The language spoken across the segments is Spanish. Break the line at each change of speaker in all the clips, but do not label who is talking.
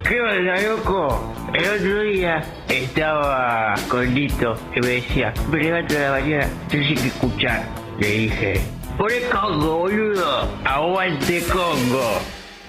¿Qué onda, loco? El otro día estaba con Lito y me decía, me levanto de la mañana, tienes que escuchar. Le dije, poné Congo, boludo. Aguante Congo.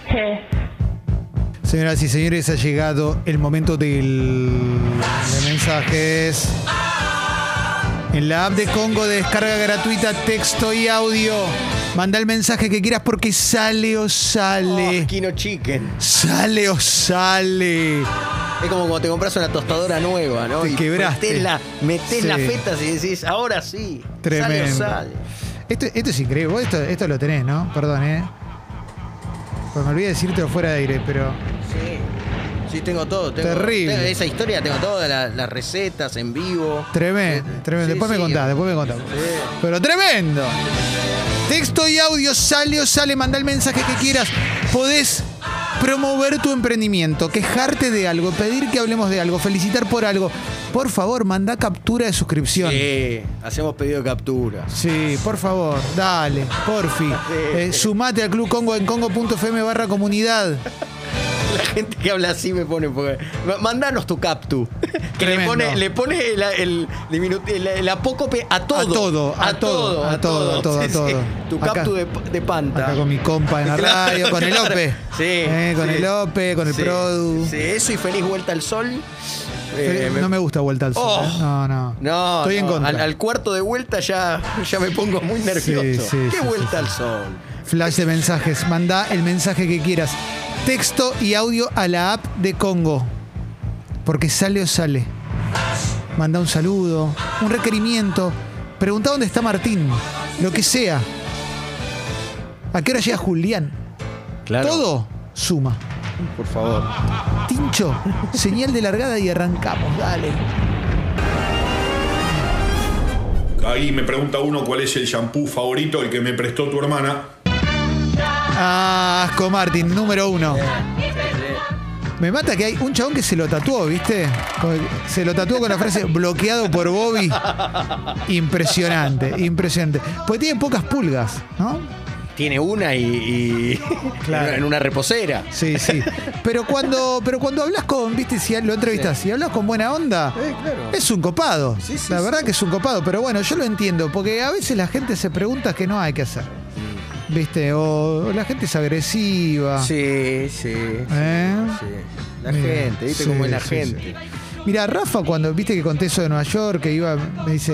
Señoras y señores, ha llegado el momento de mensajes. En la app de Congo de descarga gratuita, texto y audio. Manda el mensaje que quieras porque sale o sale.
Kino Chicken.
Sale o sale.
Es como cuando te compras una tostadora nueva, ¿no?
Te quebraste.
Metés las fetas y decís, ahora sí.
Tremendo.
Sale o sale.
Esto es increíble. Vos esto lo tenés, ¿no? Perdón, Pues me olvidé decírtelo fuera de aire, pero...
Sí, tengo todo.
Terrible.
Esa historia, tengo todas las recetas en vivo.
Tremendo. Después me contás. Sí. Pero tremendo. Texto y audio, sale o sale, manda el mensaje que quieras. Podés promover tu emprendimiento, quejarte de algo, pedir que hablemos de algo, felicitar por algo. Por favor, manda captura de suscripción.
Sí, hacemos pedido de captura.
Sí, por favor, dale, porfi. Sumate al Club Congo en congo.fm/comunidad.
La gente que habla así me pone... Mandanos tu captu. Que le pone el apócope a todo.
A todo.
Sí. Tu captu de Panta.
Acá con mi compa en la radio, con el Ope.
Sí.
Con el Ope, con el Produ.
Sí, eso y feliz vuelta al sol.
No me gusta vuelta al sol.
No.
Estoy en contra.
Al cuarto de vuelta ya me pongo muy nervioso. ¿Qué vuelta al sol?
Flash de mensajes. Manda el mensaje que quieras. Texto y audio a la app de Congo. Porque sale o sale. Manda un saludo, un requerimiento. Pregunta dónde está Martín. Lo que sea. ¿A qué hora llega Julián?
Claro.
Todo suma.
Por favor.
Tincho, señal de largada y arrancamos. Dale.
Ahí me pregunta uno cuál es el shampoo favorito, el que me prestó tu hermana.
Asco Martín, número 1. Me mata que hay un chabón que se lo tatuó, ¿viste? Se lo tatuó con la frase bloqueado por Bobby. Impresionante. Porque tiene pocas pulgas, ¿no?
Tiene una y claro. En una reposera.
Sí. Pero cuando hablas con, ¿viste? Si lo entrevistas, si hablas con buena onda, claro. Es un copado. La verdad que es un copado. Pero bueno, yo lo entiendo. Porque a veces la gente se pregunta que no hay que hacer. ¿Viste? O la gente es agresiva.
Sí. La gente, ¿viste cómo es la gente?
Sí. Mira, Rafa, cuando viste que conté eso de Nueva York, que iba, me dice,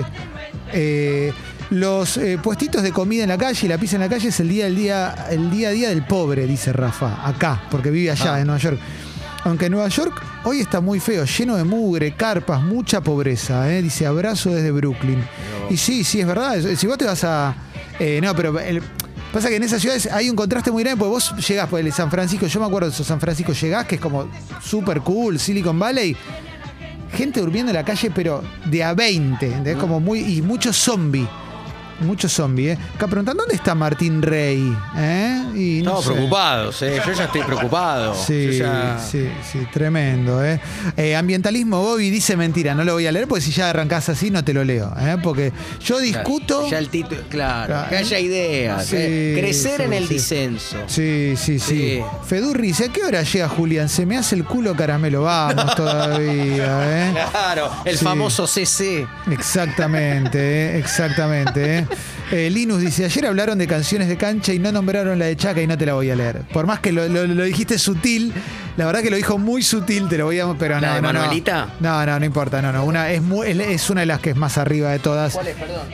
los puestitos de comida en la calle y la pizza en la calle es el día a día del pobre, dice Rafa, acá, porque vive allá en Nueva York. Aunque Nueva York hoy está muy feo, lleno de mugre, carpas, mucha pobreza, dice, abrazo desde Brooklyn. No. Y sí, es verdad, si vos te vas a... pasa que en esas ciudades hay un contraste muy grande, porque vos llegás por el San Francisco, yo me acuerdo de eso, San Francisco llegás, que es como super cool, Silicon Valley, gente durmiendo en la calle, pero de a 20, ¿entendés? Como y muchos zombies. Muchos zombies, Acá preguntan, ¿dónde está Martín Rey? Y no
Estamos preocupados, Yo ya estoy preocupado.
Sí, tremendo, Ambientalismo, Bobby dice mentira, no lo voy a leer porque si ya arrancás así no te lo leo, porque yo discuto...
Ya el título, claro, que haya ideas, crecer en el disenso.
Sí. Fedurri dice, ¿a qué hora llega Julián? Se me hace el culo caramelo, vamos todavía,
Claro, el famoso CC.
Exactamente. Linus dice, ayer hablaron de canciones de cancha y no nombraron la de Chaca y no te la voy a leer. Por más que lo dijiste sutil, la verdad que lo dijo muy sutil, te lo voy a... Pero
¿La de Manuelita?
No importa, no. Es una de las que es más arriba de todas.
¿Cuál es, perdón?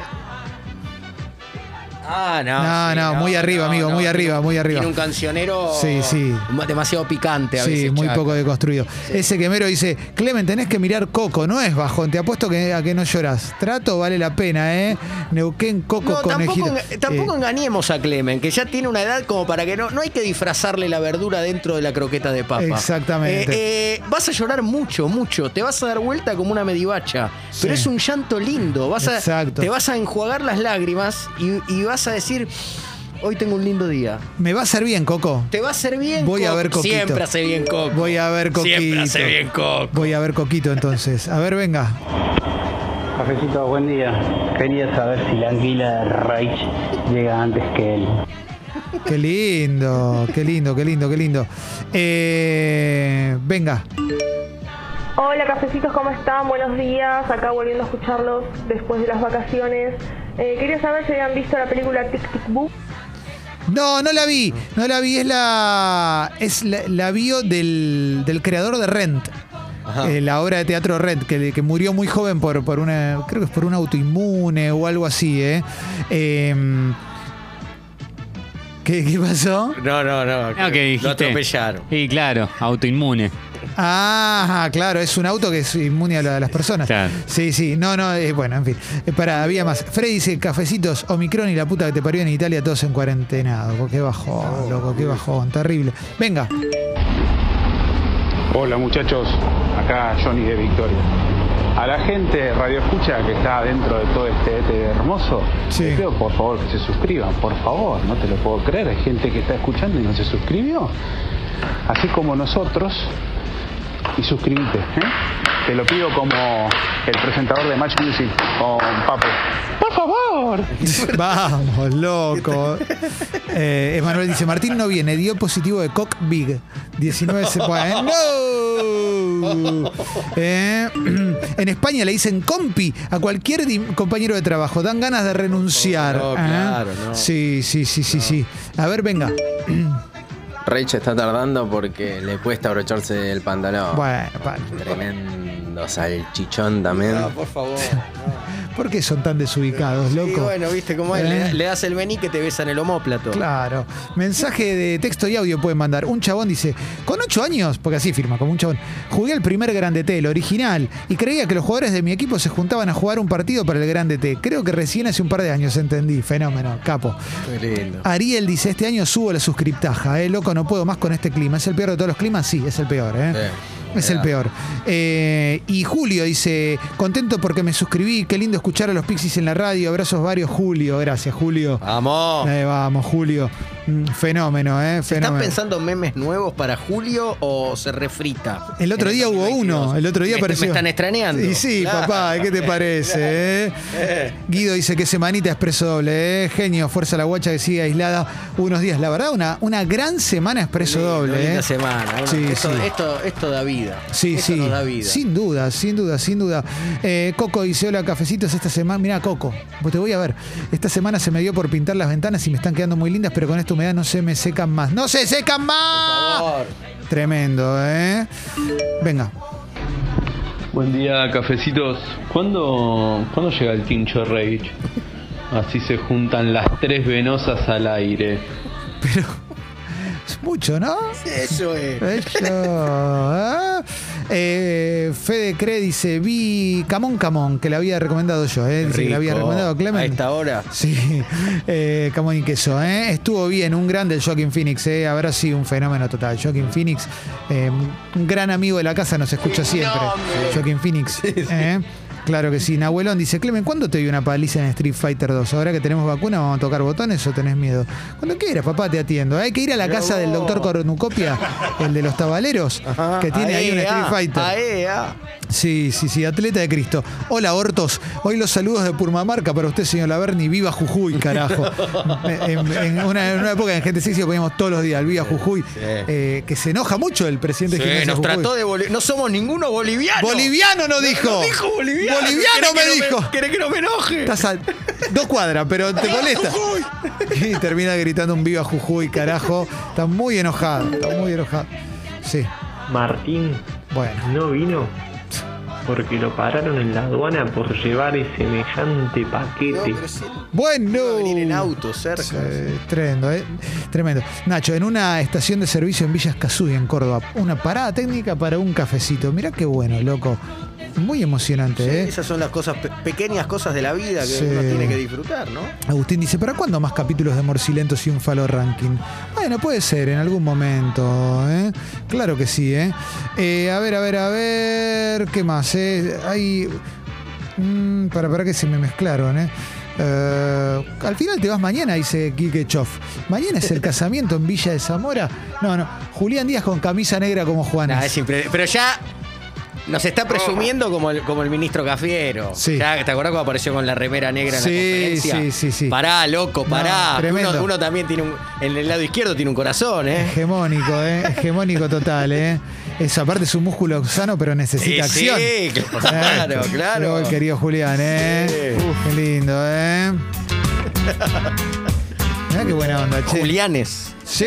Muy arriba, amigo, muy arriba.
Tiene un cancionero demasiado picante a veces.
Sí, muy poco deconstruido. Ese quemero dice, Clemen, tenés que mirar Coco, no es bajón, te apuesto a que no llorás. Trato vale la pena, Neuquén, Coco, conejito.
Tampoco engañemos a Clemen, que ya tiene una edad como para que no hay que disfrazarle la verdura dentro de la croqueta de papa.
Exactamente.
Vas a llorar mucho, te vas a dar vuelta como una medivacha, pero es un llanto lindo, te vas a enjuagar las lágrimas y vas a decir, hoy tengo un lindo día.
Me va a hacer bien, Coco.
¿Te va a hacer bien?
Voy a ver Coquito.
Siempre hace bien, Coco.
Voy a ver Coquito.
Siempre hace bien, Coco.
Voy a ver Coquito, entonces. A ver, venga.
Cafecito, buen día. Quería saber si la anguila de Reich llega antes que él.
Qué lindo. Venga.
Hola, cafecitos, ¿cómo están? Buenos días. Acá volviendo a escucharlos después de las vacaciones. Quería saber si habían visto la película Tic Tic Boom.
No la vi. Es la bio del creador de Rent. La obra de teatro Rent, que murió muy joven por una, creo que es por un autoinmune o algo así, ¿Qué pasó?
No, que dijiste. Lo atropellaron.
Sí, claro, autoinmune.
Ah, claro, es un auto que es inmune a las personas.
Claro.
Sí, bueno, en fin. Había más. Freddy dice, cafecitos, Omicron y la puta que te parió en Italia, todos en cuarentenado. Qué bajón, loco, qué bajón, terrible. Venga.
Hola muchachos, acá Johnny de Victoria. A la gente radioescucha que está dentro de todo este hermoso, les pido por favor que se suscriban, por favor, no te lo puedo creer, hay gente que está escuchando y no se suscribió, así como nosotros, y suscríbete, te lo pido como el presentador de Match Music con Papo. ¡Por favor!
Vamos, loco. Emanuel dice, Martín no viene, dio positivo de Cock Big. 19 se puede. ¡No! En España le dicen compi a cualquier compañero de trabajo. Dan ganas de renunciar.
No, claro, no.
Sí. A ver, venga.
Rach está tardando porque le cuesta abrocharse el pantalón.
Bueno,
tremendo salchichón también.
No, por favor. No.
¿Por qué son tan desubicados, loco?
Sí, bueno, viste cómo es. Le das el vení que te besan el omóplato.
Claro. Mensaje de texto y audio pueden mandar. Un chabón dice, con 8 años, porque así firma, como un chabón, jugué el primer Grande T, el original, y creía que los jugadores de mi equipo se juntaban a jugar un partido para el Grande T. Creo que recién hace un par de años entendí. Fenómeno, capo.
Qué lindo.
Ariel dice, este año subo la suscriptaja, loco, no puedo más con este clima. ¿Es el peor de todos los climas? Sí, es el peor, Es el peor. Y Julio dice, contento porque me suscribí, qué lindo escuchar a los Pixies en la radio, abrazos varios, Julio, gracias, Julio.
Vamos.
Vamos, Julio. Fenómeno, fenómeno.
¿Están pensando memes nuevos para Julio o se refrita?
El otro día hubo uno, el otro día apareció.
Me están extrañando.
Y sí, claro. Papá, ¿qué te parece? Guido dice que semanita expreso doble, Genio, fuerza la guacha que sigue aislada unos días. La verdad, una gran semana expreso doble.
Una linda semana.
Sí,
esto da vida.
Sí,
esto nos da vida.
Sin duda. Coco dice, hola, cafecitos, esta semana, mirá, Coco, pues te voy a ver. Esta semana se me dio por pintar las ventanas y me están quedando muy lindas, pero con esta humedad no se me secan más. ¡No se secan más!
Por favor.
Tremendo, Venga.
Buen día, cafecitos. ¿Cuándo llega el Tincho Rage? Así se juntan las tres venosas al aire.
Pero es mucho, ¿no?
Sí, eso es.
Fede Cre dice, vi Camón, que le había recomendado yo, dice que le había recomendado Clemen.
A esta hora.
Sí, Camón y queso, Estuvo bien, un grande el Joaquín Phoenix, habrá sido un fenómeno total. Joaquín Phoenix, un gran amigo de la casa, nos escucha siempre. Joaquín Phoenix, sí. Claro que sí. Nahuelón dice, Clemen, ¿cuándo te dio una paliza en Street Fighter 2? Ahora que tenemos vacuna, ¿vamos a tocar botones o tenés miedo? Cuando quieras, papá, te atiendo. Hay que ir a la casa del doctor Cornucopia, el de los tabaleros, que tiene ahí un Street Fighter. Sí, atleta de Cristo. Hola, Hortos. Hoy los saludos de Purmamarca para usted, señor Laverni. Viva Jujuy, carajo. En una época en Gente Sexy poníamos todos los días el Viva Jujuy, que se enoja mucho el presidente de Gimnasia
nos
Jujuy.
Trató de no somos ninguno boliviano.
Boliviano no dijo.
No dijo boliviano.
Boliviano me dijo.
¿Querés que no me enoje?
Estás a 2 cuadras, pero te molesta. Y termina gritando un Viva Jujuy, carajo. Está muy enojado. Sí.
Martín,
bueno,
no vino porque lo pararon en la aduana por llevar semejante paquete.
Bueno.
Venir en auto cerca.
Sí, tremendo. Nacho, en una estación de servicio en Villa Escazú, en Córdoba, una parada técnica para un cafecito. Mirá qué bueno, loco. Muy emocionante,
sí, esas son las cosas, pequeñas cosas de la vida que uno tiene que disfrutar, ¿no?
Agustín dice, ¿para cuándo más capítulos de Morcilentos y un Falo Ranking? Bueno, puede ser, en algún momento, Claro que sí, A ver, ¿qué más? Hay... para que se me mezclaron, al final te vas mañana, dice Quique Choff. Mañana es el casamiento en Villa de Zamora. No, Julián Díaz con camisa negra como Juanes.
Es simple, pero ya... Nos está presumiendo como el ministro Cafiero.
Sí.
Ya, ¿te acordás cuando apareció con la remera negra en la conferencia?
Sí.
Pará, loco, pará.
No,
uno también tiene en el lado izquierdo tiene un corazón,
Hegemónico total, Eso, aparte es un músculo sano, pero necesita acción.
Sí, claro, claro.
El querido Julián, qué lindo, Mirá qué buena onda, che.
Julianes.
Sí.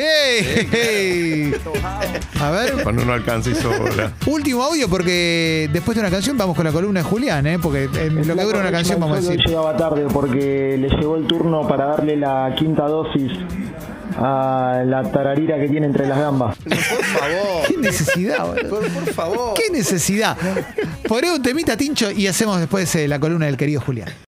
A ver.
Cuando no alcanza y sobra.
Último audio, porque después de una canción vamos con la columna de Julián, porque en lo que dura una canción vamos a decir.
Llegaba tarde porque le llegó el turno para darle la quinta dosis a la tararira que tiene entre las gambas.
Por favor.
Qué necesidad, boludo.
Por favor.
Qué necesidad. Poné un temita, Tincho, y hacemos después la columna del querido Julián.